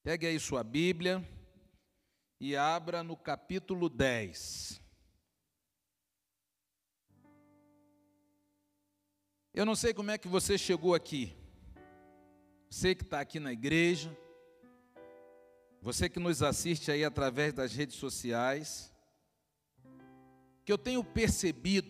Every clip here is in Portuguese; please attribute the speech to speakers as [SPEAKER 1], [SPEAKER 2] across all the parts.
[SPEAKER 1] Pegue aí sua Bíblia e abra no capítulo 10. Eu não sei como é que você chegou aqui. Você que está aqui na igreja, você que nos assiste aí através das redes sociais, que eu tenho percebido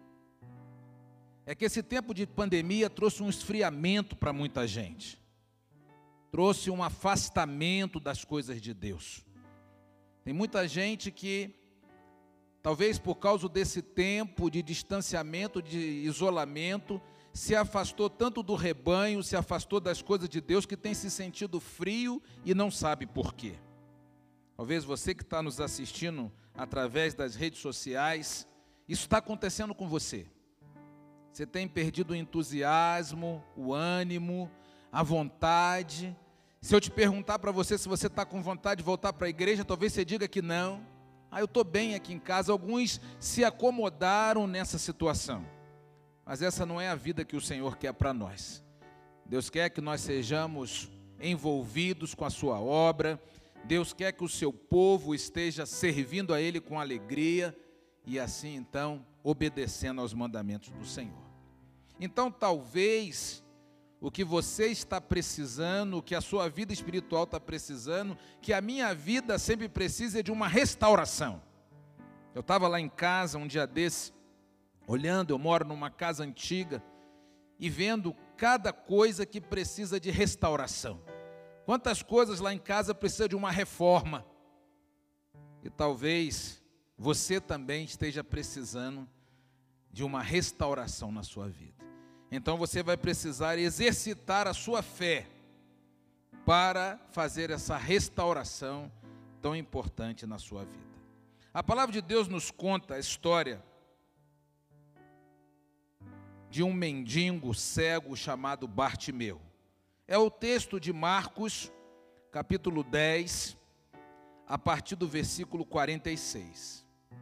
[SPEAKER 1] é que esse tempo de pandemia trouxe um esfriamento para muita gente. Trouxe um afastamento das coisas de Deus. Tem muita gente que, talvez por causa desse tempo de distanciamento, de isolamento, se afastou tanto do rebanho, se afastou das coisas de Deus, que tem se sentido frio e não sabe por quê. Talvez você que está nos assistindo através das redes sociais, isso está acontecendo com você. Você tem perdido o entusiasmo, o ânimo, a vontade. Se eu te perguntar para você se você está com vontade de voltar para a igreja, talvez você diga que não. Eu estou bem aqui em casa. Alguns se acomodaram nessa situação. Mas essa não é a vida que o Senhor quer para nós. Deus quer que nós sejamos envolvidos com a sua obra. Deus quer que o seu povo esteja servindo a Ele com alegria e assim então obedecendo aos mandamentos do Senhor. Então talvez o que você está precisando, o que a sua vida espiritual está precisando, que a minha vida sempre precisa de uma restauração. Eu estava lá em casa um dia desse, olhando, eu moro numa casa antiga, e vendo cada coisa que precisa de restauração. Quantas coisas lá em casa precisam de uma reforma. E talvez você também esteja precisando de uma restauração na sua vida. Então você vai precisar exercitar a sua fé para fazer essa restauração tão importante na sua vida. A palavra de Deus nos conta a história de um mendigo cego chamado Bartimeu. É o texto de Marcos, capítulo 10, a partir do versículo 46.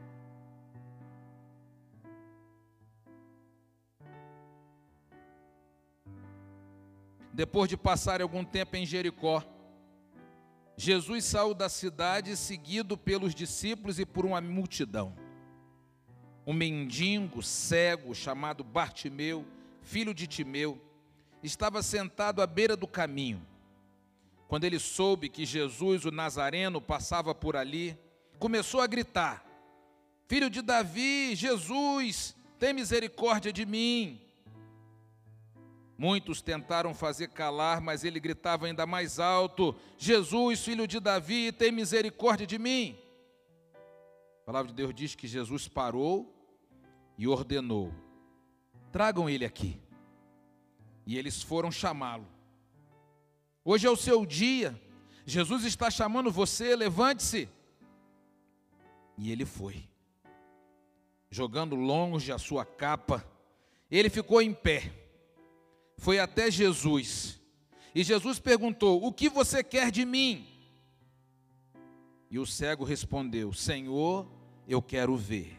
[SPEAKER 1] Depois de passar algum tempo em Jericó, Jesus saiu da cidade seguido pelos discípulos e por uma multidão. Um mendigo cego chamado Bartimeu, filho de Timeu, estava sentado à beira do caminho. Quando ele soube que Jesus, o Nazareno, passava por ali, começou a gritar: "Filho de Davi, Jesus, tem misericórdia de mim." Muitos tentaram fazer calar, mas ele gritava ainda mais alto: "Jesus, filho de Davi, tem misericórdia de mim." A palavra de Deus diz que Jesus parou e ordenou: "Tragam ele aqui." E eles foram chamá-lo. "Hoje é o seu dia, Jesus está chamando você, levante-se." E ele foi. Jogando longe a sua capa, ele ficou em pé. Foi até Jesus. E Jesus perguntou: "O que você quer de mim?" E o cego respondeu: "Senhor, eu quero ver."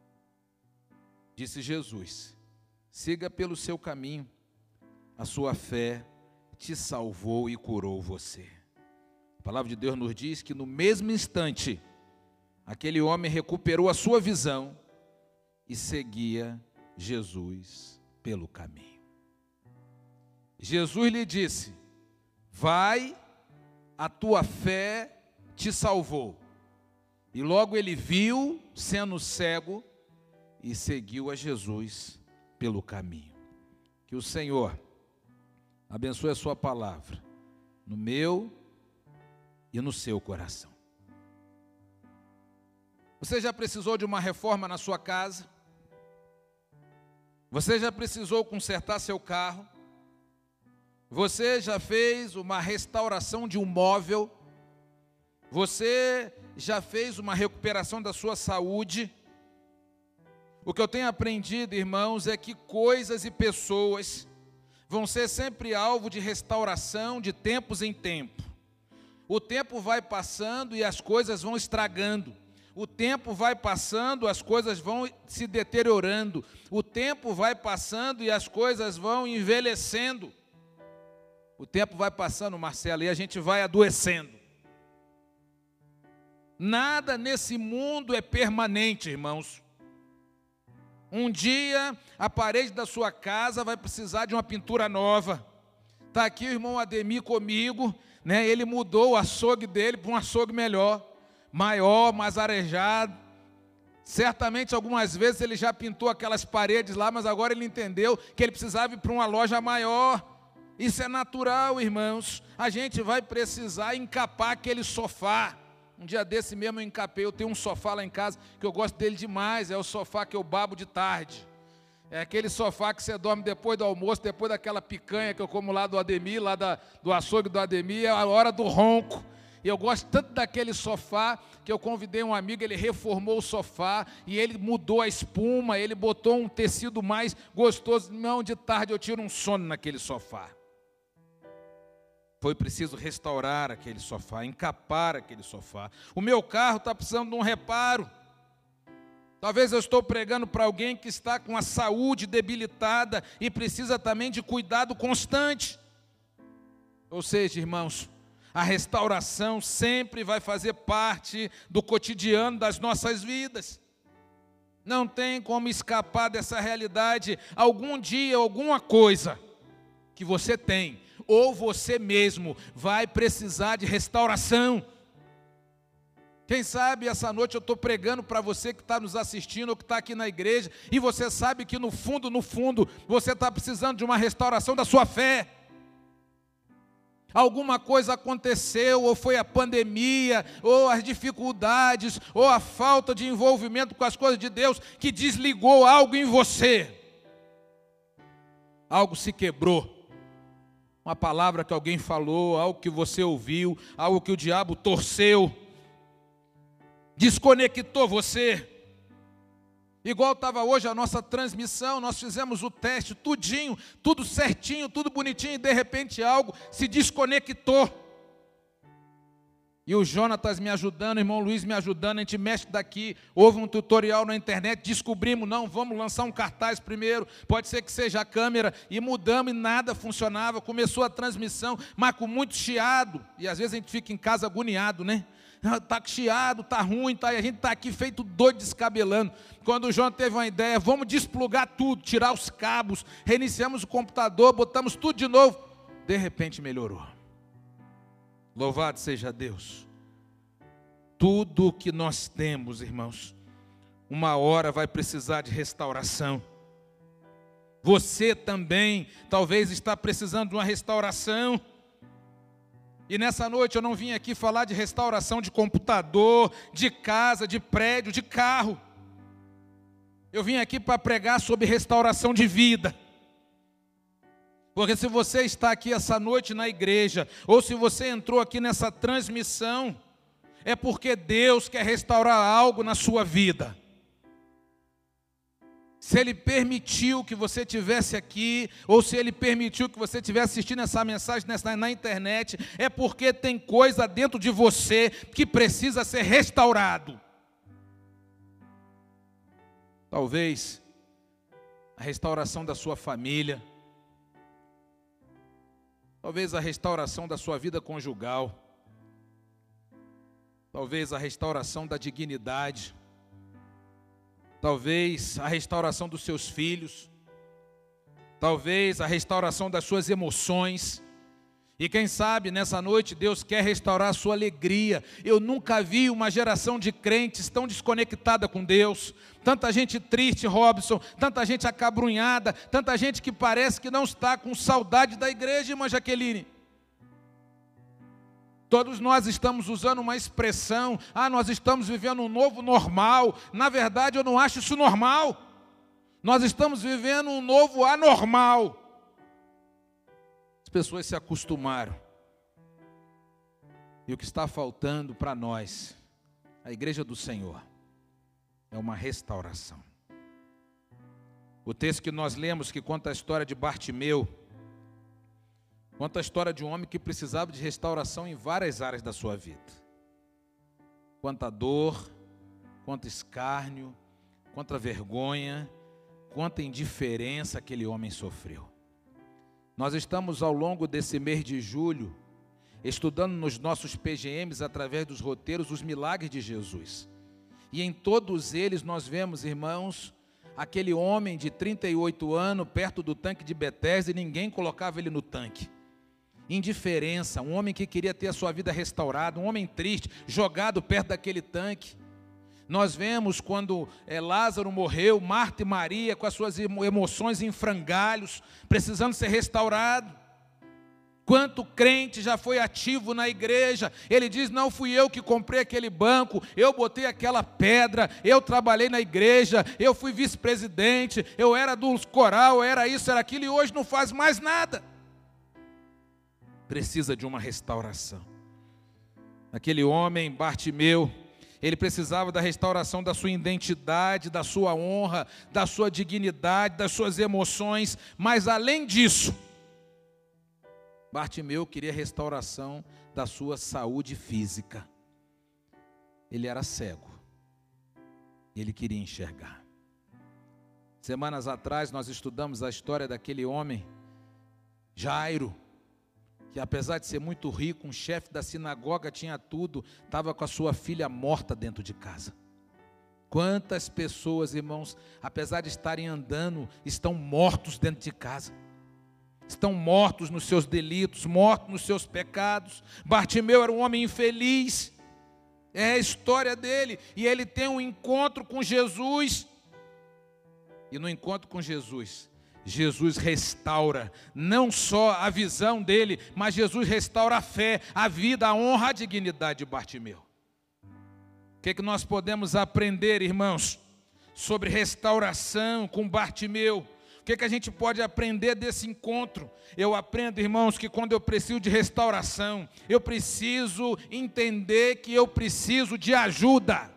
[SPEAKER 1] Disse Jesus: "Siga pelo seu caminho. A sua fé te salvou e curou você." A palavra de Deus nos diz que no mesmo instante, aquele homem recuperou a sua visão e seguia Jesus pelo caminho. Jesus lhe disse: "Vai, a tua fé te salvou." E logo ele viu, sendo cego, e seguiu a Jesus pelo caminho. Que o Senhor abençoe a sua palavra no meu e no seu coração. Você já precisou de uma reforma na sua casa? Você já precisou consertar seu carro? Você já fez uma restauração de um móvel? Você já fez uma recuperação da sua saúde? O que eu tenho aprendido, irmãos, é que coisas e pessoas vão ser sempre alvo de restauração de tempos em tempo. O tempo vai passando e as coisas vão estragando. O tempo vai passando, as coisas vão se deteriorando. O tempo vai passando e as coisas vão envelhecendo. O tempo vai passando, Marcelo, e a gente vai adoecendo. Nada nesse mundo é permanente, irmãos. Um dia a parede da sua casa vai precisar de uma pintura nova. Está aqui o irmão Ademir comigo, né? Ele mudou o açougue dele para um açougue melhor, maior, mais arejado. Certamente algumas vezes ele já pintou aquelas paredes lá, mas agora ele entendeu que ele precisava ir para uma loja maior. Isso é natural, irmãos. A gente vai precisar encapar aquele sofá. Um dia desse mesmo eu encapei, eu tenho um sofá lá em casa que eu gosto dele demais, é o sofá que eu babo de tarde. É aquele sofá que você dorme depois do almoço, depois daquela picanha que eu como lá do Ademir, lá do açougue do Ademir, é a hora do ronco. E eu gosto tanto daquele sofá que eu convidei um amigo, ele reformou o sofá e ele mudou a espuma, ele botou um tecido mais gostoso. Não, de tarde eu tiro um sono naquele sofá. Foi preciso restaurar aquele sofá, encapar aquele sofá. O meu carro está precisando de um reparo. Talvez eu estou pregando para alguém que está com a saúde debilitada e precisa também de cuidado constante. Ou seja, irmãos, a restauração sempre vai fazer parte do cotidiano das nossas vidas. Não tem como escapar dessa realidade. Algum dia, alguma coisa que você tem, ou você mesmo vai precisar de restauração. Quem sabe essa noite eu estou pregando para você que está nos assistindo ou que está aqui na igreja, e você sabe que no fundo, você está precisando de uma restauração da sua fé. Alguma coisa aconteceu, ou foi a pandemia, ou as dificuldades, ou a falta de envolvimento com as coisas de Deus, que desligou algo em você. Algo se quebrou. Uma palavra que alguém falou, algo que você ouviu, algo que o diabo torceu, desconectou você. Igual estava hoje a nossa transmissão, nós fizemos o teste, tudinho, tudo certinho, tudo bonitinho, e de repente algo se desconectou. E o Jonatas me ajudando, o irmão Luiz me ajudando, a gente mexe daqui, houve um tutorial na internet, descobrimos, não, vamos lançar um cartaz primeiro, pode ser que seja a câmera, e mudamos e nada funcionava, começou a transmissão, mas com muito chiado, e às vezes a gente fica em casa agoniado, né? Está chiado, está ruim, e a gente está aqui feito doido, descabelando. Quando o João teve uma ideia, vamos desplugar tudo, tirar os cabos, reiniciamos o computador, botamos tudo de novo, de repente melhorou. Louvado seja Deus. Tudo que nós temos, irmãos, uma hora vai precisar de restauração. Você também talvez está precisando de uma restauração. E nessa noite eu não vim aqui falar de restauração de computador, de casa, de prédio, de carro. Eu vim aqui para pregar sobre restauração de vida. Porque se você está aqui essa noite na igreja, ou se você entrou aqui nessa transmissão, é porque Deus quer restaurar algo na sua vida. Se Ele permitiu que você estivesse aqui, ou se Ele permitiu que você estivesse assistindo essa mensagem na internet, é porque tem coisa dentro de você que precisa ser restaurado. Talvez a restauração da sua família, talvez a restauração da sua vida conjugal, talvez a restauração da dignidade, talvez a restauração dos seus filhos, talvez a restauração das suas emoções. E quem sabe nessa noite Deus quer restaurar a sua alegria. Eu nunca vi uma geração de crentes tão desconectada com Deus. Tanta gente triste, Robson, tanta gente acabrunhada, tanta gente que parece que não está com saudade da igreja, irmã Jaqueline. Todos nós estamos usando uma expressão, nós estamos vivendo um novo normal. Na verdade eu não acho isso normal. Nós estamos vivendo um novo anormal. As pessoas se acostumaram. E o que está faltando para nós, a igreja do Senhor, é uma restauração. O texto que nós lemos, que conta a história de Bartimeu, conta a história de um homem que precisava de restauração em várias áreas da sua vida. Quanta dor, quanto escárnio, quanta vergonha, quanta indiferença aquele homem sofreu. Nós estamos ao longo desse mês de julho estudando nos nossos PGMs, através dos roteiros, os milagres de Jesus. E em todos eles nós vemos, irmãos, aquele homem de 38 anos, perto do tanque de Betesda, e ninguém colocava ele no tanque. Indiferença, um homem que queria ter a sua vida restaurada, um homem triste, jogado perto daquele tanque. Nós vemos quando Lázaro morreu, Marta e Maria com as suas emoções em frangalhos, precisando ser restaurado. Quanto crente já foi ativo na igreja, ele diz, não fui eu que comprei aquele banco, eu botei aquela pedra, eu trabalhei na igreja, eu fui vice-presidente, eu era do coral, era isso, era aquilo, e hoje não faz mais nada. Precisa de uma restauração. Aquele homem, Bartimeu, ele precisava da restauração da sua identidade, da sua honra, da sua dignidade, das suas emoções, mas além disso, Bartimeu queria restauração da sua saúde física. Ele era cego, ele queria enxergar. Semanas atrás nós estudamos a história daquele homem, Jairo, que apesar de ser muito rico, um chefe da sinagoga, tinha tudo, estava com a sua filha morta dentro de casa. Quantas pessoas, irmãos, apesar de estarem andando, estão mortos dentro de casa. Estão mortos nos seus delitos, mortos nos seus pecados. Bartimeu era um homem infeliz, é a história dele, e ele tem um encontro com Jesus, e no encontro com Jesus, Jesus restaura não só a visão dele, mas Jesus restaura a fé, a vida, a honra, a dignidade de Bartimeu. O que nós podemos aprender, irmãos, sobre restauração com Bartimeu? O que a gente pode aprender desse encontro? Eu aprendo, irmãos, que quando eu preciso de restauração, eu preciso entender que eu preciso de ajuda.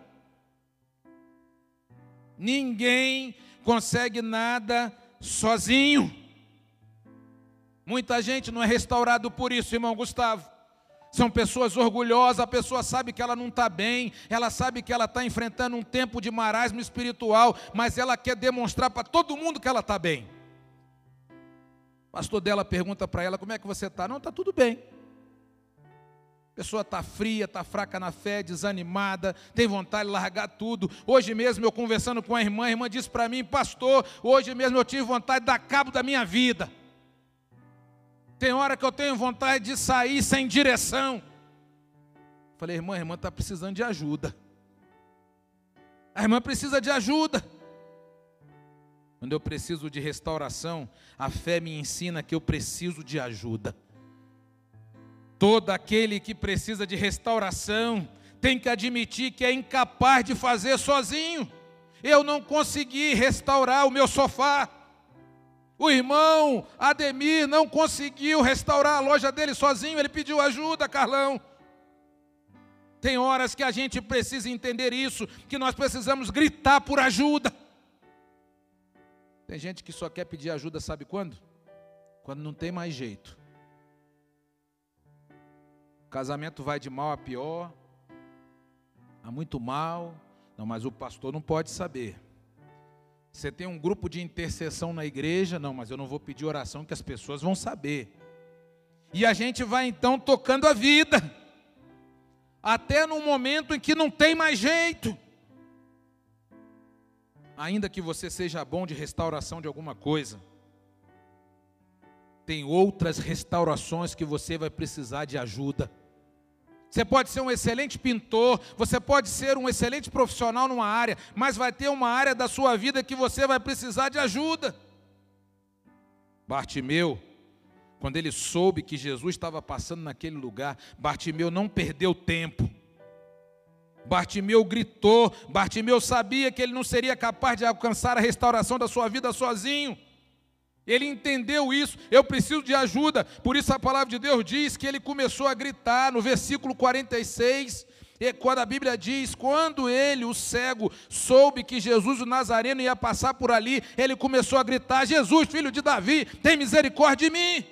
[SPEAKER 1] Ninguém consegue nada sozinho. Muita gente não é restaurado por isso, irmão Gustavo. São pessoas orgulhosas, a pessoa sabe que ela não está bem, ela sabe que ela está enfrentando um tempo de marasmo espiritual, mas ela quer demonstrar para todo mundo que ela está bem. O pastor dela pergunta para ela, como é que você está? Não, está tudo bem. A pessoa está fria, está fraca na fé, desanimada, tem vontade de largar tudo. Hoje mesmo eu conversando com a irmã disse para mim, pastor, hoje mesmo eu tive vontade de dar cabo da minha vida. Tem hora que eu tenho vontade de sair sem direção. Falei, irmã, a irmã está precisando de ajuda. A irmã precisa de ajuda. Quando eu preciso de restauração, a fé me ensina que eu preciso de ajuda. Todo aquele que precisa de restauração tem que admitir que é incapaz de fazer sozinho. Eu não consegui restaurar o meu sofá. O irmão Ademir não conseguiu restaurar a loja dele sozinho, ele pediu ajuda, Carlão. Tem horas que a gente precisa entender isso, que nós precisamos gritar por ajuda. Tem gente que só quer pedir ajuda, sabe quando? Quando não tem mais jeito. O casamento vai de mal a pior, há muito mal, não, mas o pastor não pode saber. Você tem um grupo de intercessão na igreja, não, mas eu não vou pedir oração que as pessoas vão saber. E a gente vai então tocando a vida, até num momento em que não tem mais jeito. Ainda que você seja bom de restauração de alguma coisa, tem outras restaurações que você vai precisar de ajuda. Você pode ser um excelente pintor, você pode ser um excelente profissional numa área, mas vai ter uma área da sua vida que você vai precisar de ajuda. Bartimeu, quando ele soube que Jesus estava passando naquele lugar, Bartimeu não perdeu tempo. Bartimeu gritou, Bartimeu sabia que ele não seria capaz de alcançar a restauração da sua vida sozinho. Ele entendeu isso, eu preciso de ajuda. Por isso a palavra de Deus diz que ele começou a gritar no versículo 46, quando a Bíblia diz, quando ele, o cego, soube que Jesus o Nazareno ia passar por ali, ele começou a gritar, Jesus, filho de Davi, tem misericórdia de mim.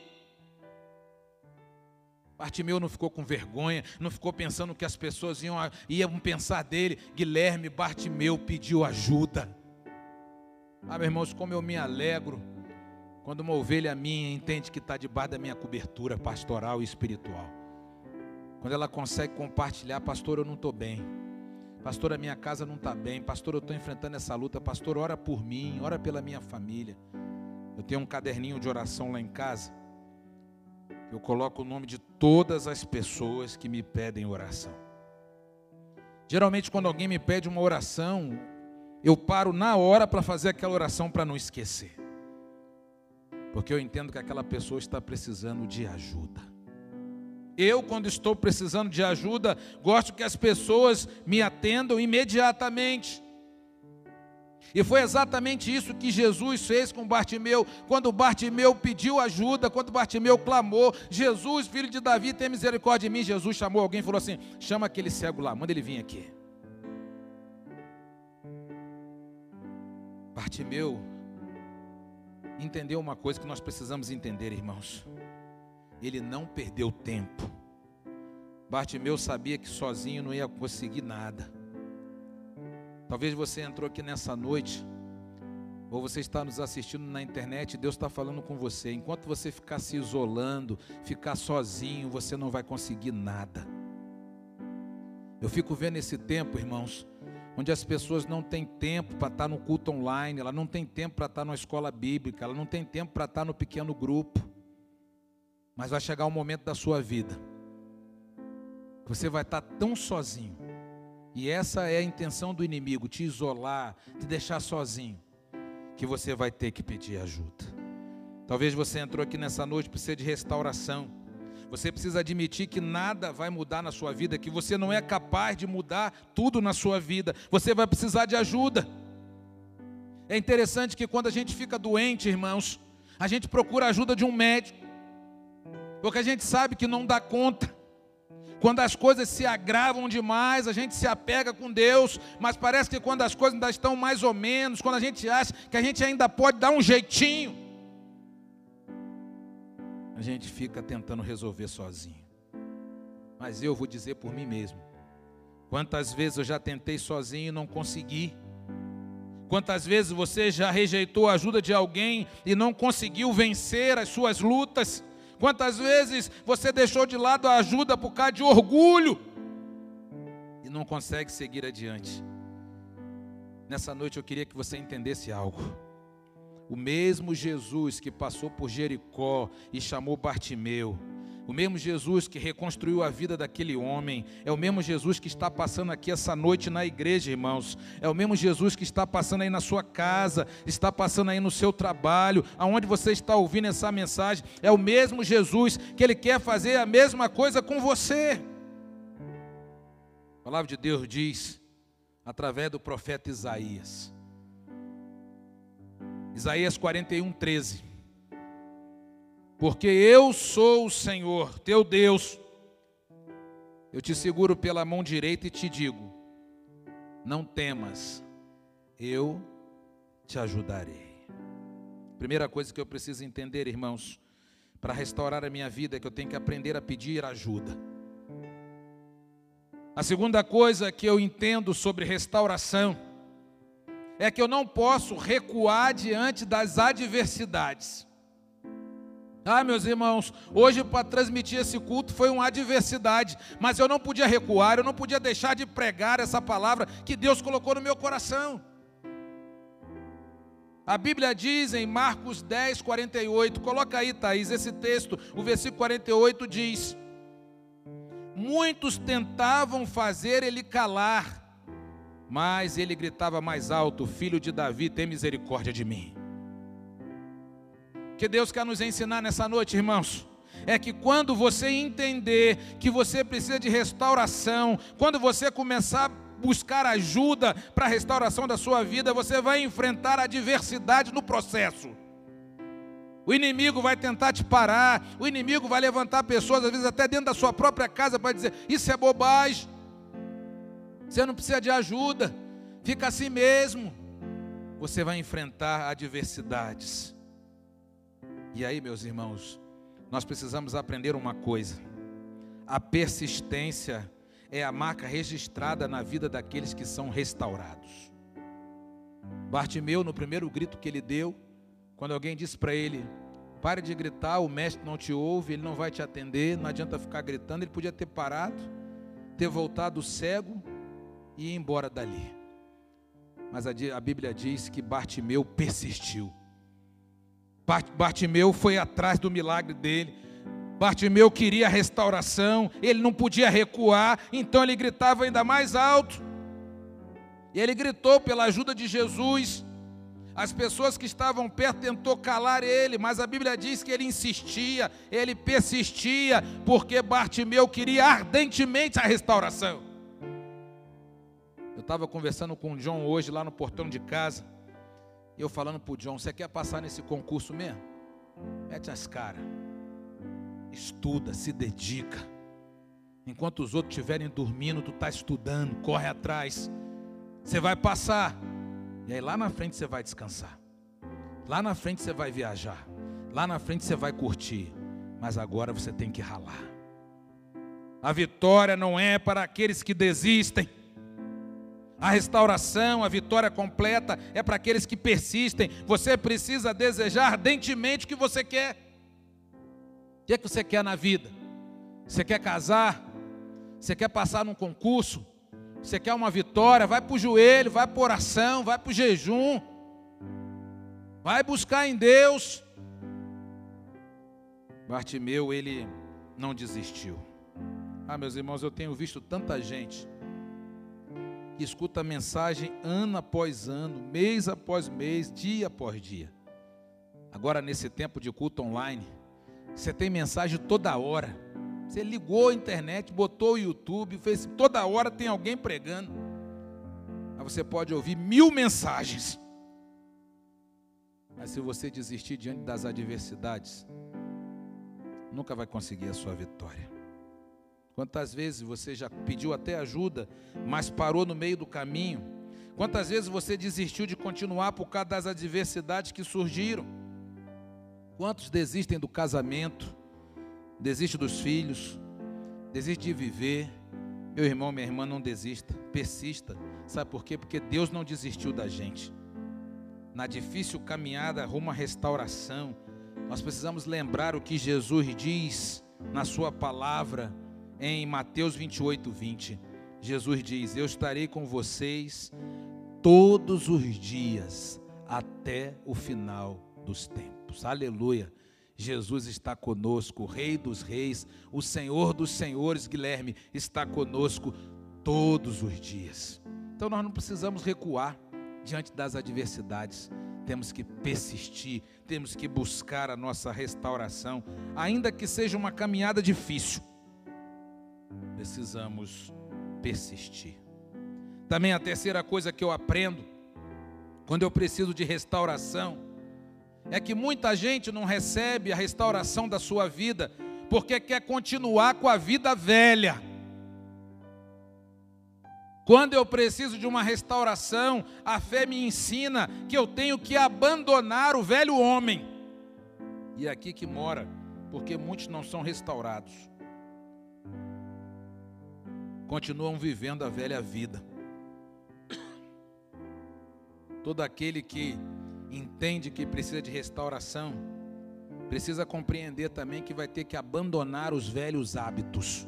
[SPEAKER 1] Bartimeu não ficou com vergonha, não ficou pensando que as pessoas iam pensar dele. Guilherme, Bartimeu pediu ajuda. Meus irmãos, como eu me alegro quando uma ovelha minha entende que está debaixo da minha cobertura pastoral e espiritual. Quando ela consegue compartilhar: pastor, eu não estou bem. Pastor, a minha casa não está bem. Pastor, eu estou enfrentando essa luta. Pastor, ora por mim, ora pela minha família. Eu tenho um caderninho de oração lá em casa. Eu coloco o nome de todas as pessoas que me pedem oração. Geralmente, quando alguém me pede uma oração, eu paro na hora para fazer aquela oração para não esquecer. Porque eu entendo que aquela pessoa está precisando de ajuda. Eu, quando estou precisando de ajuda, gosto que as pessoas me atendam imediatamente. E foi exatamente isso que Jesus fez com Bartimeu. Quando Bartimeu pediu ajuda, quando Bartimeu clamou: Jesus, filho de Davi, tem misericórdia de mim. Jesus chamou alguém e falou assim: chama aquele cego lá, manda ele vir aqui. Bartimeu entendeu uma coisa que nós precisamos entender, irmãos. Ele não perdeu tempo. Bartimeu sabia que sozinho não ia conseguir nada. Talvez você entrou aqui nessa noite, ou você está nos assistindo na internet, e Deus está falando com você. Enquanto você ficar se isolando, ficar sozinho, você não vai conseguir nada. Eu fico vendo esse tempo, irmãos, onde as pessoas não têm tempo para estar no culto online, ela não tem tempo para estar na escola bíblica, ela não tem tempo para estar no pequeno grupo. Mas vai chegar um momento da sua vida que você vai estar tão sozinho, e essa é a intenção do inimigo, te isolar, te deixar sozinho, que você vai ter que pedir ajuda. Talvez você entrou aqui nessa noite, precisa de restauração. Você precisa admitir que nada vai mudar na sua vida, que você não é capaz de mudar tudo na sua vida. Você vai precisar de ajuda. É interessante que quando a gente fica doente, irmãos, a gente procura a ajuda de um médico, porque a gente sabe que não dá conta. Quando as coisas se agravam demais, a gente se apega com Deus, mas parece que quando as coisas ainda estão mais ou menos, quando a gente acha que a gente ainda pode dar um jeitinho, a gente fica tentando resolver sozinho. Mas eu vou dizer por mim mesmo: quantas vezes eu já tentei sozinho e não consegui? Quantas vezes você já rejeitou a ajuda de alguém e não conseguiu vencer as suas lutas? Quantas vezes você deixou de lado a ajuda por causa de orgulho e não consegue seguir adiante? Nessa noite eu queria que você entendesse algo. O mesmo Jesus que passou por Jericó e chamou Bartimeu, o mesmo Jesus que reconstruiu a vida daquele homem, é o mesmo Jesus que está passando aqui essa noite na igreja, irmãos. É o mesmo Jesus que está passando aí na sua casa, está passando aí no seu trabalho, aonde você está ouvindo essa mensagem. É o mesmo Jesus que Ele quer fazer a mesma coisa com você. A palavra de Deus diz, através do profeta Isaías, Isaías 41:13. Porque eu sou o Senhor, teu Deus, eu te seguro pela mão direita e te digo: não temas, eu te ajudarei. Primeira coisa que eu preciso entender, irmãos, para restaurar a minha vida, é que eu tenho que aprender a pedir ajuda. A segunda coisa que eu entendo sobre restauração é que eu não posso recuar diante das adversidades. Meus irmãos, hoje para transmitir esse culto foi uma adversidade, mas eu não podia recuar, eu não podia deixar de pregar essa palavra que Deus colocou no meu coração. A Bíblia diz em Marcos 10:48, coloca aí, Thaís, esse texto, o versículo 48 diz: muitos tentavam fazer ele calar, mas ele gritava mais alto: filho de Davi, tem misericórdia de mim. Que Deus quer nos ensinar nessa noite, irmãos, é que quando você entender que você precisa de restauração, quando você começar a buscar ajuda para a restauração da sua vida, você vai enfrentar adversidade no processo. O inimigo vai tentar te parar, o inimigo vai levantar pessoas, às vezes até dentro da sua própria casa, para dizer: isso é bobagem, você não precisa de ajuda, fica assim mesmo. Você vai enfrentar adversidades. E aí, meus irmãos, nós precisamos aprender uma coisa: a persistência é a marca registrada na vida daqueles que são restaurados. Bartimeu, no primeiro grito que ele deu, quando alguém disse para ele: Pare de gritar, o mestre não te ouve, ele não vai te atender, não adianta ficar gritando. Ele podia ter parado, ter voltado cego e ir embora dali. Mas a Bíblia diz que Bartimeu persistiu. Bartimeu foi atrás do milagre dele. Bartimeu queria a restauração, ele não podia recuar, então ele gritava ainda mais alto. E ele gritou pela ajuda de Jesus. As pessoas que estavam perto tentou calar ele, mas a Bíblia diz que ele insistia, ele persistia, porque Bartimeu queria ardentemente a restauração. Eu estava conversando com o John hoje lá no portão de casa, e eu falando para o John: você quer passar nesse concurso mesmo? Mete as caras, estuda, se dedica. Enquanto os outros estiverem dormindo, tu está estudando, corre atrás. Você vai passar. E aí lá na frente você vai descansar. Lá na frente você vai viajar. Lá na frente você vai curtir. Mas agora você tem que ralar. A vitória não é para aqueles que desistem. A restauração, a vitória completa é para aqueles que persistem. Você precisa desejar ardentemente o que você quer. O que é que você quer na vida? Você quer casar? Você quer passar num concurso? Você quer uma vitória? Vai para o joelho, vai para a oração, vai para o jejum. Vai buscar em Deus. Bartimeu, ele não desistiu. Meus irmãos, eu tenho visto tanta gente que escuta a mensagem ano após ano, mês após mês, dia após dia. Agora, nesse tempo de culto online, você tem mensagem toda hora. Você ligou a internet, botou o YouTube, fez, toda hora tem alguém pregando. Aí você pode ouvir 1000 mensagens. Mas se você desistir diante das adversidades, nunca vai conseguir a sua vitória. Quantas vezes você já pediu até ajuda, mas parou no meio do caminho? Quantas vezes você desistiu de continuar por causa das adversidades que surgiram? Quantos desistem do casamento? Desiste dos filhos, desiste de viver. Meu irmão, minha irmã, não desista, persista. Sabe por quê? Porque Deus não desistiu da gente. Na difícil caminhada rumo à restauração, nós precisamos lembrar o que Jesus diz na sua palavra em Mateus 28:20. Jesus diz: eu estarei com vocês todos os dias até o final dos tempos. Aleluia. Jesus está conosco, o Rei dos Reis, o Senhor dos Senhores, Guilherme, está conosco todos os dias. Então nós não precisamos recuar diante das adversidades, temos que persistir, temos que buscar a nossa restauração, ainda que seja uma caminhada difícil, precisamos persistir. Também a terceira coisa que eu aprendo, quando eu preciso de restauração, é que muita gente não recebe a restauração da sua vida, porque quer continuar com a vida velha. Quando eu preciso de uma restauração, a fé me ensina que eu tenho que abandonar o velho homem. E é aqui que mora, porque muitos não são restaurados. Continuam vivendo a velha vida. Todo aquele que entende que precisa de restauração, precisa compreender também que vai ter que abandonar os velhos hábitos.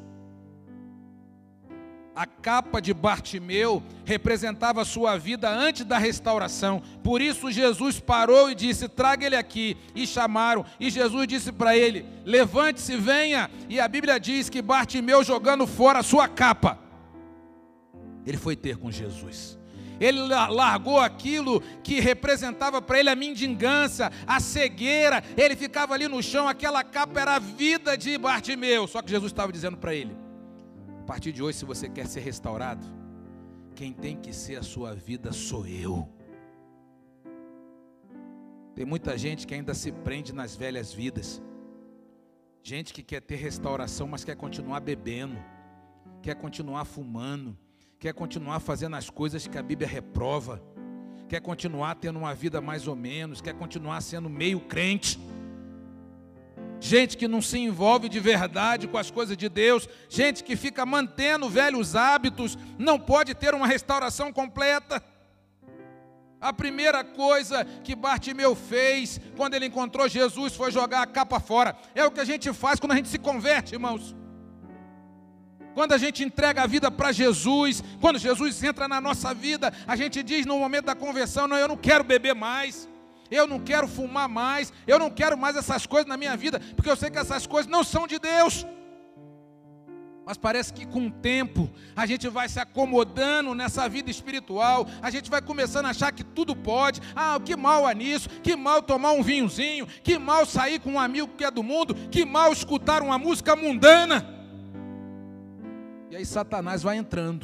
[SPEAKER 1] A capa de Bartimeu representava a sua vida antes da restauração. Por isso Jesus parou e disse: traga ele aqui. E chamaram, e Jesus disse para ele: levante-se, venha. E a Bíblia diz que Bartimeu, jogando fora a sua capa, ele foi ter com Jesus. Ele largou aquilo que representava para ele a mendigância, a cegueira. Ele ficava ali no chão, aquela capa era a vida de Bartimeu. Só que Jesus estava dizendo para ele: a partir de hoje, se você quer ser restaurado, quem tem que ser a sua vida sou eu. Tem muita gente que ainda se prende nas velhas vidas. Gente que quer ter restauração, mas quer continuar bebendo, quer continuar fumando, quer continuar fazendo as coisas que a Bíblia reprova, quer continuar tendo uma vida mais ou menos, quer continuar sendo meio crente. Gente que não se envolve de verdade com as coisas de Deus, gente que fica mantendo velhos hábitos, não pode ter uma restauração completa. A primeira coisa que Bartimeu fez quando ele encontrou Jesus foi jogar a capa fora. É o que a gente faz quando a gente se converte, irmãos. Quando a gente entrega a vida para Jesus, quando Jesus entra na nossa vida, a gente diz no momento da conversão: não, eu não quero beber mais, eu não quero fumar mais, eu não quero mais essas coisas na minha vida, porque eu sei que essas coisas não são de Deus. Mas parece que com o tempo a gente vai se acomodando nessa vida espiritual, a gente vai começando a achar que tudo pode. Que mal há nisso, que mal tomar um vinhozinho, que mal sair com um amigo que é do mundo, que mal escutar uma música mundana. E aí Satanás vai entrando,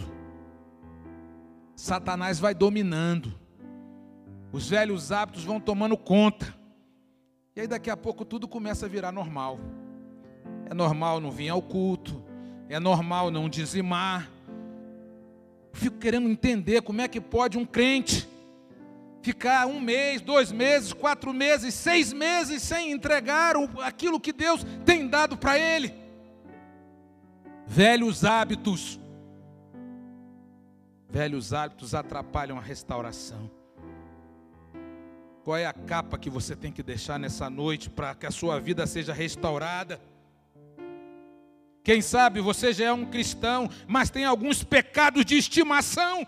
[SPEAKER 1] Satanás vai dominando, os velhos hábitos vão tomando conta, e aí daqui a pouco tudo começa a virar normal. É normal não vir ao culto, é normal não dizimar. Fico querendo entender como é que pode um crente ficar 1 mês, 2 meses, 4 meses, 6 meses sem entregar aquilo que Deus tem dado para ele. Velhos hábitos atrapalham a restauração. Qual é a capa que você tem que deixar nessa noite para que a sua vida seja restaurada? Quem sabe você já é um cristão, mas tem alguns pecados de estimação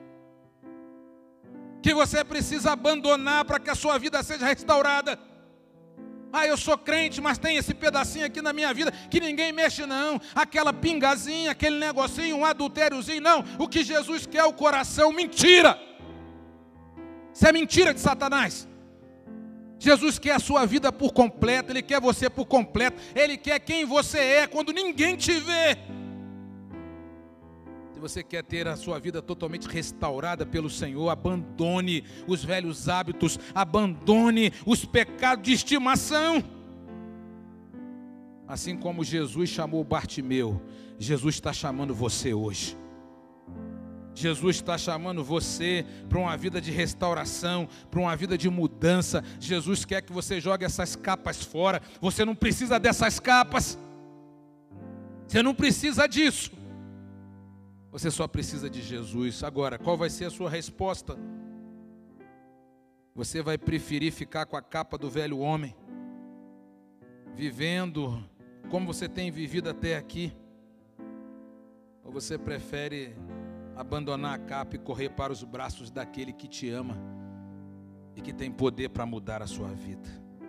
[SPEAKER 1] que você precisa abandonar para que a sua vida seja restaurada. Eu sou crente, mas tem esse pedacinho aqui na minha vida que ninguém mexe não. Aquela pingazinha, aquele negocinho, um adultériozinho, não. O que Jesus quer é o coração. Mentira! Isso é mentira de Satanás. Jesus quer a sua vida por completo, Ele quer você por completo, Ele quer quem você é quando ninguém te vê. Se você quer ter a sua vida totalmente restaurada pelo Senhor, abandone os velhos hábitos, abandone os pecados de estimação. Assim como Jesus chamou Bartimeu, Jesus está chamando você hoje. Jesus está chamando você para uma vida de restauração, para uma vida de mudança. Jesus quer que você jogue essas capas fora. Você não precisa dessas capas. Você não precisa disso. Você só precisa de Jesus. Agora, qual vai ser a sua resposta? Você vai preferir ficar com a capa do velho homem, vivendo como você tem vivido até aqui? Ou você prefere abandonar a capa e correr para os braços daquele que te ama e que tem poder para mudar a sua vida?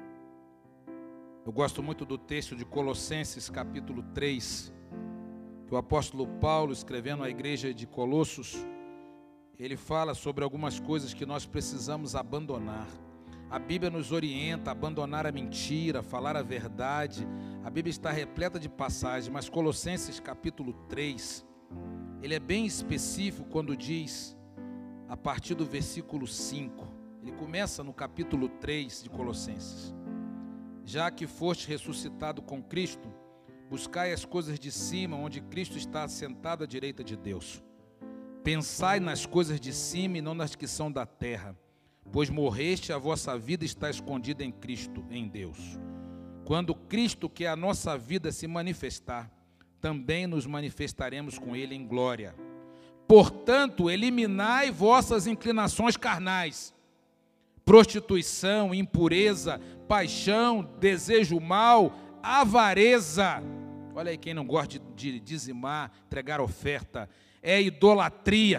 [SPEAKER 1] Eu gosto muito do texto de Colossenses capítulo 3, que o apóstolo Paulo, escrevendo à igreja de Colossos, ele fala sobre algumas coisas que nós precisamos abandonar. A Bíblia nos orienta a abandonar a mentira, falar a verdade. A Bíblia está repleta de passagens, mas Colossenses capítulo 3, ele é bem específico quando diz, a partir do versículo 5, ele começa no capítulo 3 de Colossenses: já que foste ressuscitado com Cristo, buscai as coisas de cima, onde Cristo está assentado à direita de Deus. Pensai nas coisas de cima e não nas que são da terra, pois morreste, a vossa vida está escondida em Cristo, em Deus. Quando Cristo, que é a nossa vida, se manifestar, também nos manifestaremos com Ele em glória. Portanto, eliminai vossas inclinações carnais: prostituição, impureza, paixão, desejo mau, avareza. Olha aí, quem não gosta de dizimar, entregar oferta, é idolatria.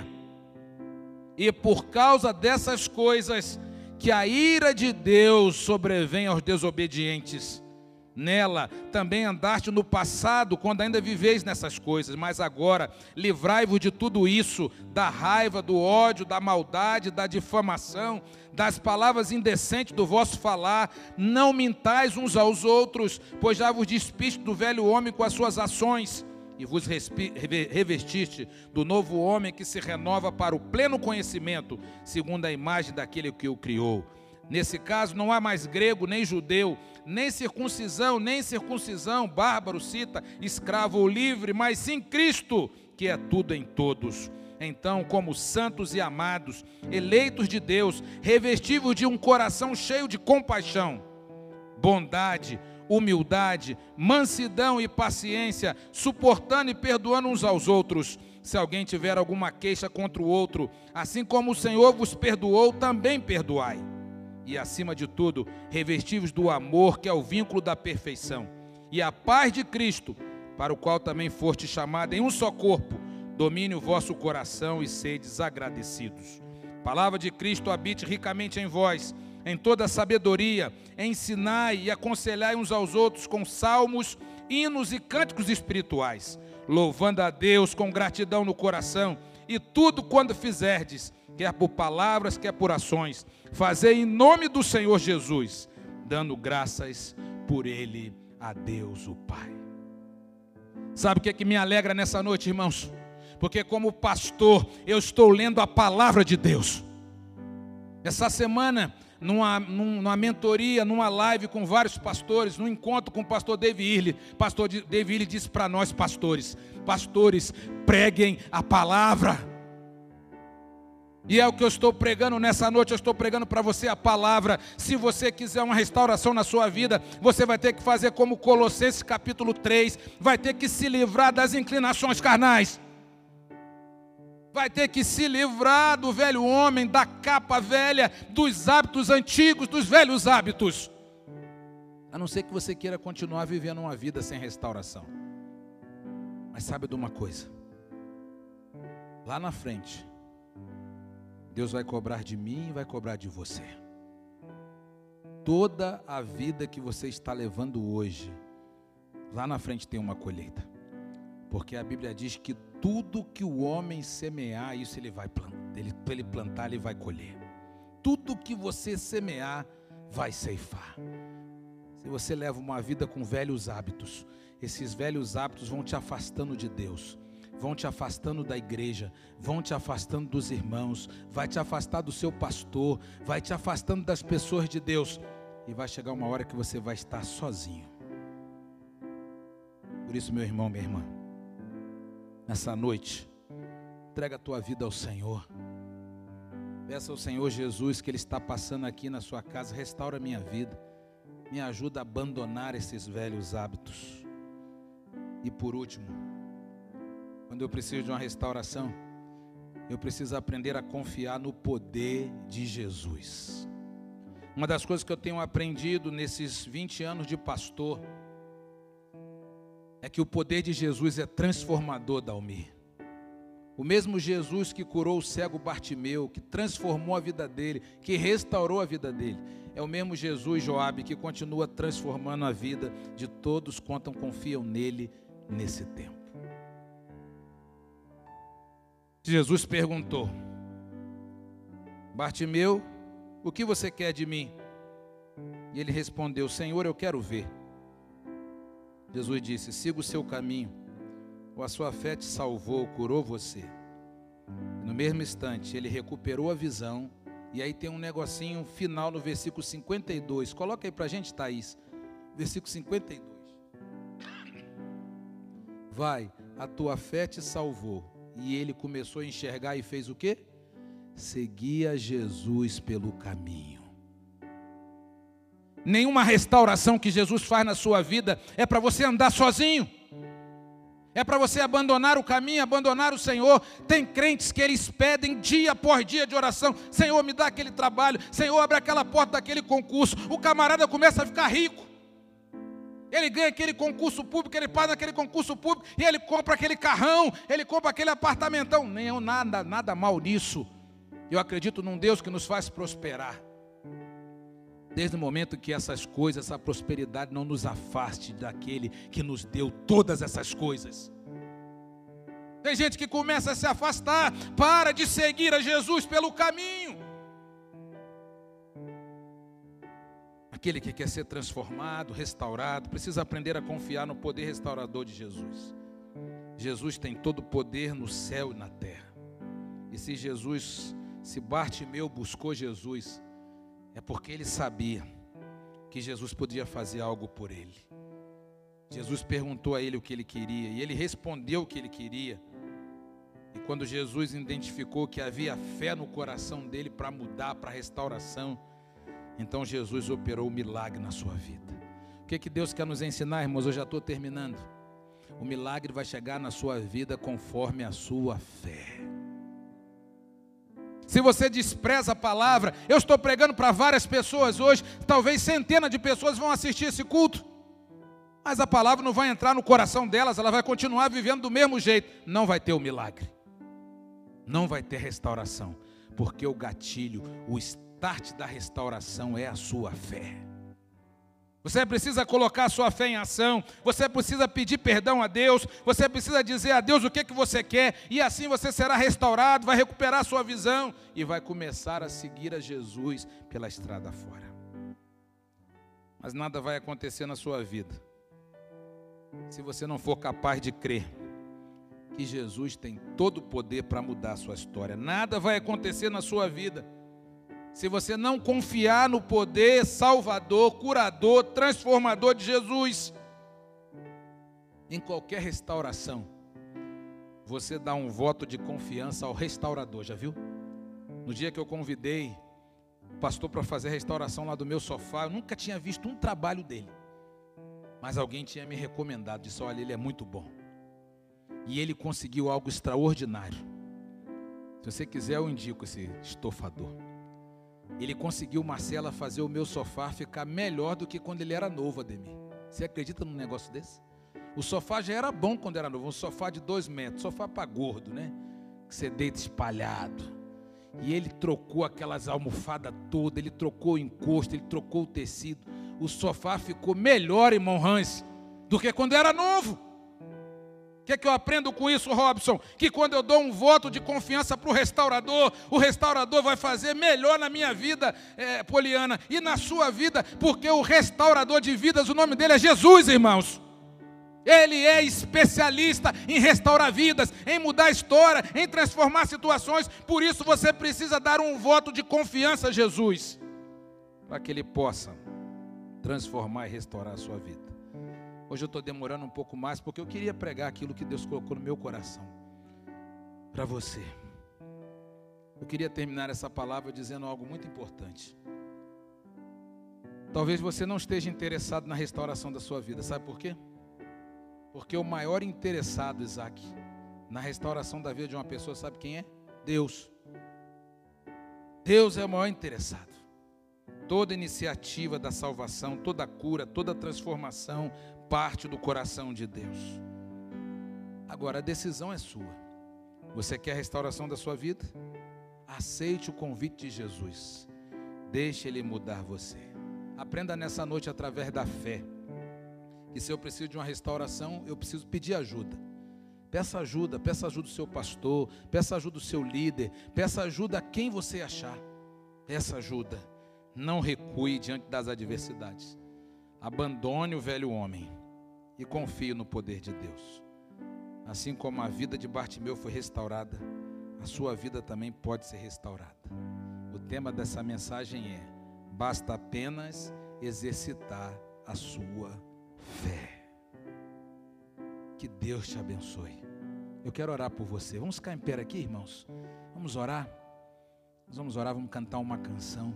[SPEAKER 1] E por causa dessas coisas que a ira de Deus sobrevém aos desobedientes. Nela também andaste no passado, quando ainda viveis nessas coisas, mas agora livrai-vos de tudo isso, da raiva, do ódio, da maldade, da difamação, das palavras indecentes do vosso falar. Não mintais uns aos outros, pois já vos despiste do velho homem com as suas ações, e vos revestiste do novo homem, que se renova para o pleno conhecimento, segundo a imagem daquele que o criou. Nesse caso não há mais grego nem judeu, nem circuncisão, bárbaro, cita, escravo ou livre, mas sim Cristo, que é tudo em todos. Então, como santos e amados, eleitos de Deus, revestivos de um coração cheio de compaixão, bondade, humildade, mansidão e paciência, suportando e perdoando uns aos outros. Se alguém tiver alguma queixa contra o outro, assim como o Senhor vos perdoou, também perdoai. E acima de tudo, revestivos do amor, que é o vínculo da perfeição, e a paz de Cristo, para o qual também foste chamado em um só corpo, domine o vosso coração e sedes agradecidos. A palavra de Cristo habite ricamente em vós, em toda a sabedoria, ensinai e aconselhai uns aos outros com salmos, hinos e cânticos espirituais, louvando a Deus com gratidão no coração, e tudo quando fizerdes, quer por palavras, quer por ações, fazei em nome do Senhor Jesus, dando graças por Ele a Deus o Pai. Sabe o que é que me alegra nessa noite, irmãos? Porque como pastor, eu estou lendo a palavra de Deus. Essa semana, numa mentoria, numa live com vários pastores, num encontro com o pastor David Irle disse para nós pastores, preguem a palavra. E é o que eu estou pregando nessa noite. Eu estou pregando para você a palavra. Se você quiser uma restauração na sua vida, você vai ter que fazer como Colossenses capítulo 3, vai ter que se livrar das inclinações carnais, vai ter que se livrar do velho homem, da capa velha, dos hábitos antigos, dos velhos hábitos, a não ser que você queira continuar vivendo uma vida sem restauração. Mas sabe de uma coisa? Lá na frente, Deus vai cobrar de mim e vai cobrar de você. Toda a vida que você está levando hoje, lá na frente tem uma colheita. Porque a Bíblia diz que tudo que o homem semear, isso ele vai plantar. Ele plantar, ele vai colher. Tudo que você semear, vai ceifar. Se você leva uma vida com velhos hábitos, esses velhos hábitos vão te afastando de Deus, vão te afastando da igreja, vão te afastando dos irmãos, vai te afastar do seu pastor, vai te afastando das pessoas de Deus, e vai chegar uma hora que você vai estar sozinho. Por isso, meu irmão, minha irmã, nessa noite, entrega a tua vida ao Senhor, peça ao Senhor Jesus que Ele está passando aqui na sua casa, restaura a minha vida, me ajuda a abandonar esses velhos hábitos. E por último, quando eu preciso de uma restauração, eu preciso aprender a confiar no poder de Jesus. Uma das coisas que eu tenho aprendido nesses 20 anos de pastor é que o poder de Jesus é transformador, Dalmir. O mesmo Jesus que curou o cego Bartimeu, que transformou a vida dele, que restaurou a vida dele, é o mesmo Jesus, Joabe, que continua transformando a vida de todos quanto confiam nele nesse tempo. Jesus perguntou: Bartimeu, o que você quer de mim? E ele respondeu: Senhor, eu quero ver. Jesus disse: siga o seu caminho, ou a sua fé te salvou, curou você. No mesmo instante, ele recuperou a visão. E aí tem um negocinho final no versículo 52. Coloca aí para a gente, Thaís. Versículo 52. Vai, a tua fé te salvou. E ele começou a enxergar e fez o quê? Seguia Jesus pelo caminho. Nenhuma restauração que Jesus faz na sua vida é para você andar sozinho. É para você abandonar o caminho, abandonar o Senhor. Tem crentes que eles pedem dia após dia de oração: Senhor, me dá aquele trabalho, Senhor, abre aquela porta daquele concurso. O camarada começa a ficar rico. Ele ganha aquele concurso público, ele paga aquele concurso público, e ele compra aquele carrão, ele compra aquele apartamentão. Nem nada mal nisso. Eu acredito num Deus que nos faz prosperar. Desde o momento que essas coisas, essa prosperidade não nos afaste daquele que nos deu todas essas coisas. Tem gente que começa a se afastar, para de seguir a Jesus pelo caminho. Aquele que quer ser transformado, restaurado, precisa aprender a confiar no poder restaurador de Jesus. Jesus tem todo o poder no céu e na terra. E se Bartimeu buscou Jesus, é porque ele sabia que Jesus podia fazer algo por ele. Jesus perguntou a ele o que ele queria, e ele respondeu o que ele queria. E quando Jesus identificou que havia fé no coração dele para mudar, para restauração, então Jesus operou o milagre na sua vida. O que Deus quer nos ensinar, irmãos? Eu já estou terminando. O milagre vai chegar na sua vida conforme a sua fé. Se você despreza a palavra, eu estou pregando para várias pessoas hoje, talvez centenas de pessoas vão assistir esse culto, mas a palavra não vai entrar no coração delas, ela vai continuar vivendo do mesmo jeito, não vai ter o milagre, não vai ter restauração, porque o gatilho, o start da restauração é a sua fé. Você precisa colocar a sua fé em ação, você precisa pedir perdão a Deus, você precisa dizer a Deus o que você quer, e assim você será restaurado, vai recuperar a sua visão, e vai começar a seguir a Jesus pela estrada fora. Mas nada vai acontecer na sua vida, se você não for capaz de crer, que Jesus tem todo o poder para mudar a sua história. Nada vai acontecer na sua vida, se você não confiar no poder salvador, curador, transformador de Jesus. Em qualquer restauração, você dá um voto de confiança ao restaurador, já viu? No dia que eu convidei o pastor para fazer a restauração lá do meu sofá, eu nunca tinha visto um trabalho dele, mas alguém tinha me recomendado, disse: olha, ele é muito bom, e ele conseguiu algo extraordinário. Se você quiser, eu indico esse estofador. Ele conseguiu, Marcela, fazer o meu sofá ficar melhor do que quando ele era novo, Ademir. Você acredita num negócio desse? O sofá já era bom quando era novo, um sofá de 2 metros, sofá para gordo, né? Que você deita espalhado. E ele trocou aquelas almofadas todas, ele trocou o encosto, ele trocou o tecido. O sofá ficou melhor, irmão Hans, do que quando era novo. O que eu aprendo com isso, Robson? Que quando eu dou um voto de confiança para o restaurador vai fazer melhor na minha vida, Poliana, e na sua vida, porque o restaurador de vidas, o nome dele é Jesus, irmãos. Ele é especialista em restaurar vidas, em mudar a história, em transformar situações. Por isso você precisa dar um voto de confiança a Jesus, para que Ele possa transformar e restaurar a sua vida. Hoje eu estou demorando um pouco mais, porque eu queria pregar aquilo que Deus colocou no meu coração, para você. Eu queria terminar essa palavra dizendo algo muito importante. Talvez você não esteja interessado na restauração da sua vida, sabe por quê? Porque o maior interessado, Isaac, na restauração da vida de uma pessoa, sabe quem é? Deus. Deus é o maior interessado. Toda iniciativa da salvação, toda cura, toda transformação parte do coração de Deus. Agora, a decisão é sua. Você quer a restauração da sua vida? Aceite o convite de Jesus. Deixe Ele mudar você. Aprenda nessa noite através da fé, que se eu preciso de uma restauração, eu preciso pedir ajuda. Peça ajuda do seu pastor, peça ajuda do seu líder, peça ajuda a quem você achar. Peça ajuda. Não recue diante das adversidades. Abandone o velho homem e confie no poder de Deus. Assim como a vida de Bartimeu foi restaurada, a sua vida também pode ser restaurada. O tema dessa mensagem é: basta apenas exercitar a sua fé. Que Deus te abençoe. Eu quero orar por você. Vamos ficar em pé aqui, irmãos? Vamos orar? Nós vamos orar, vamos cantar uma canção.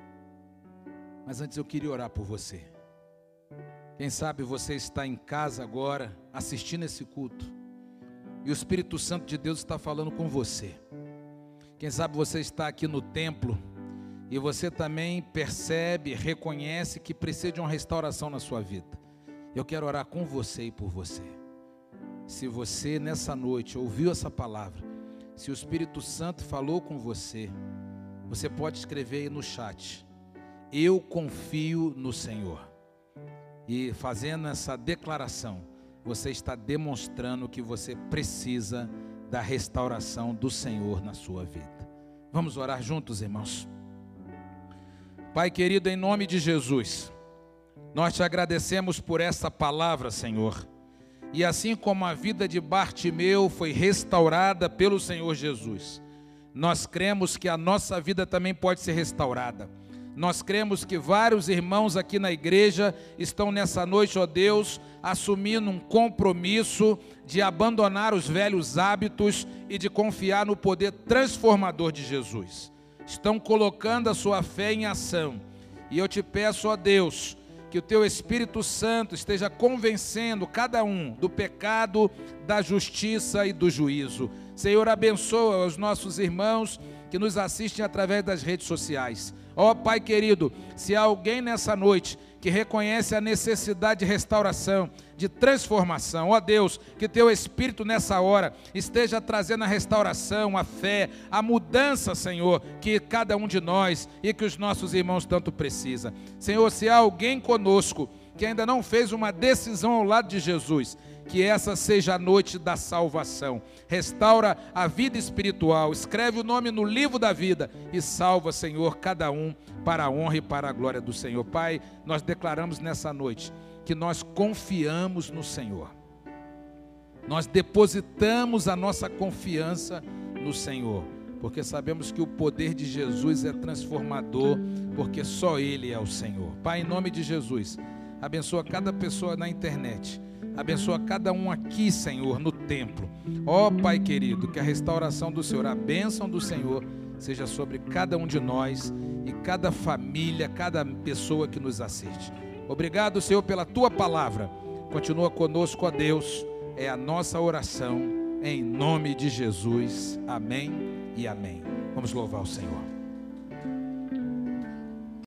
[SPEAKER 1] Mas antes eu queria orar por você. Quem sabe você está em casa agora, assistindo esse culto, e o Espírito Santo de Deus está falando com você. Quem sabe você está aqui no templo, e você também percebe, reconhece que precisa de uma restauração na sua vida. Eu quero orar com você e por você. Se você nessa noite ouviu essa palavra, se o Espírito Santo falou com você, você pode escrever aí no chat: eu confio no Senhor. E fazendo essa declaração, você está demonstrando que você precisa da restauração do Senhor na sua vida. Vamos orar juntos, irmãos? Pai querido, em nome de Jesus, nós te agradecemos por essa palavra, Senhor. E assim como a vida de Bartimeu foi restaurada pelo Senhor Jesus, nós cremos que a nossa vida também pode ser restaurada. Nós cremos que vários irmãos aqui na igreja estão nessa noite, ó Deus, assumindo um compromisso de abandonar os velhos hábitos e de confiar no poder transformador de Jesus. Estão colocando a sua fé em ação. E eu te peço, ó Deus, que que o teu Espírito Santo esteja convencendo cada um do pecado, da justiça e do juízo. Senhor, abençoa os nossos irmãos que nos assistem através das redes sociais. Ó Pai querido, se há alguém nessa noite que reconhece a necessidade de restauração, de transformação, ó Deus, que teu Espírito nessa hora esteja trazendo a restauração, a fé, a mudança, Senhor, que cada um de nós e que os nossos irmãos tanto precisam. Senhor, se há alguém conosco que ainda não fez uma decisão ao lado de Jesus, que essa seja a noite da salvação. Restaura a vida espiritual, escreve o nome no livro da vida e salva, Senhor, cada um para a honra e para a glória do Senhor. Pai, nós declaramos nessa noite que nós confiamos no Senhor. Nós depositamos a nossa confiança no Senhor, porque sabemos que o poder de Jesus é transformador, porque só Ele é o Senhor. Pai, em nome de Jesus, abençoa cada pessoa na internet, abençoa cada um aqui, Senhor, no templo. Ó Pai querido, que a restauração do Senhor, a bênção do Senhor seja sobre cada um de nós e cada família, cada pessoa que nos assiste. Obrigado, Senhor, pela Tua palavra. Continua conosco, ó Deus, é a nossa oração, em nome de Jesus. Amém e amém. Vamos louvar o Senhor.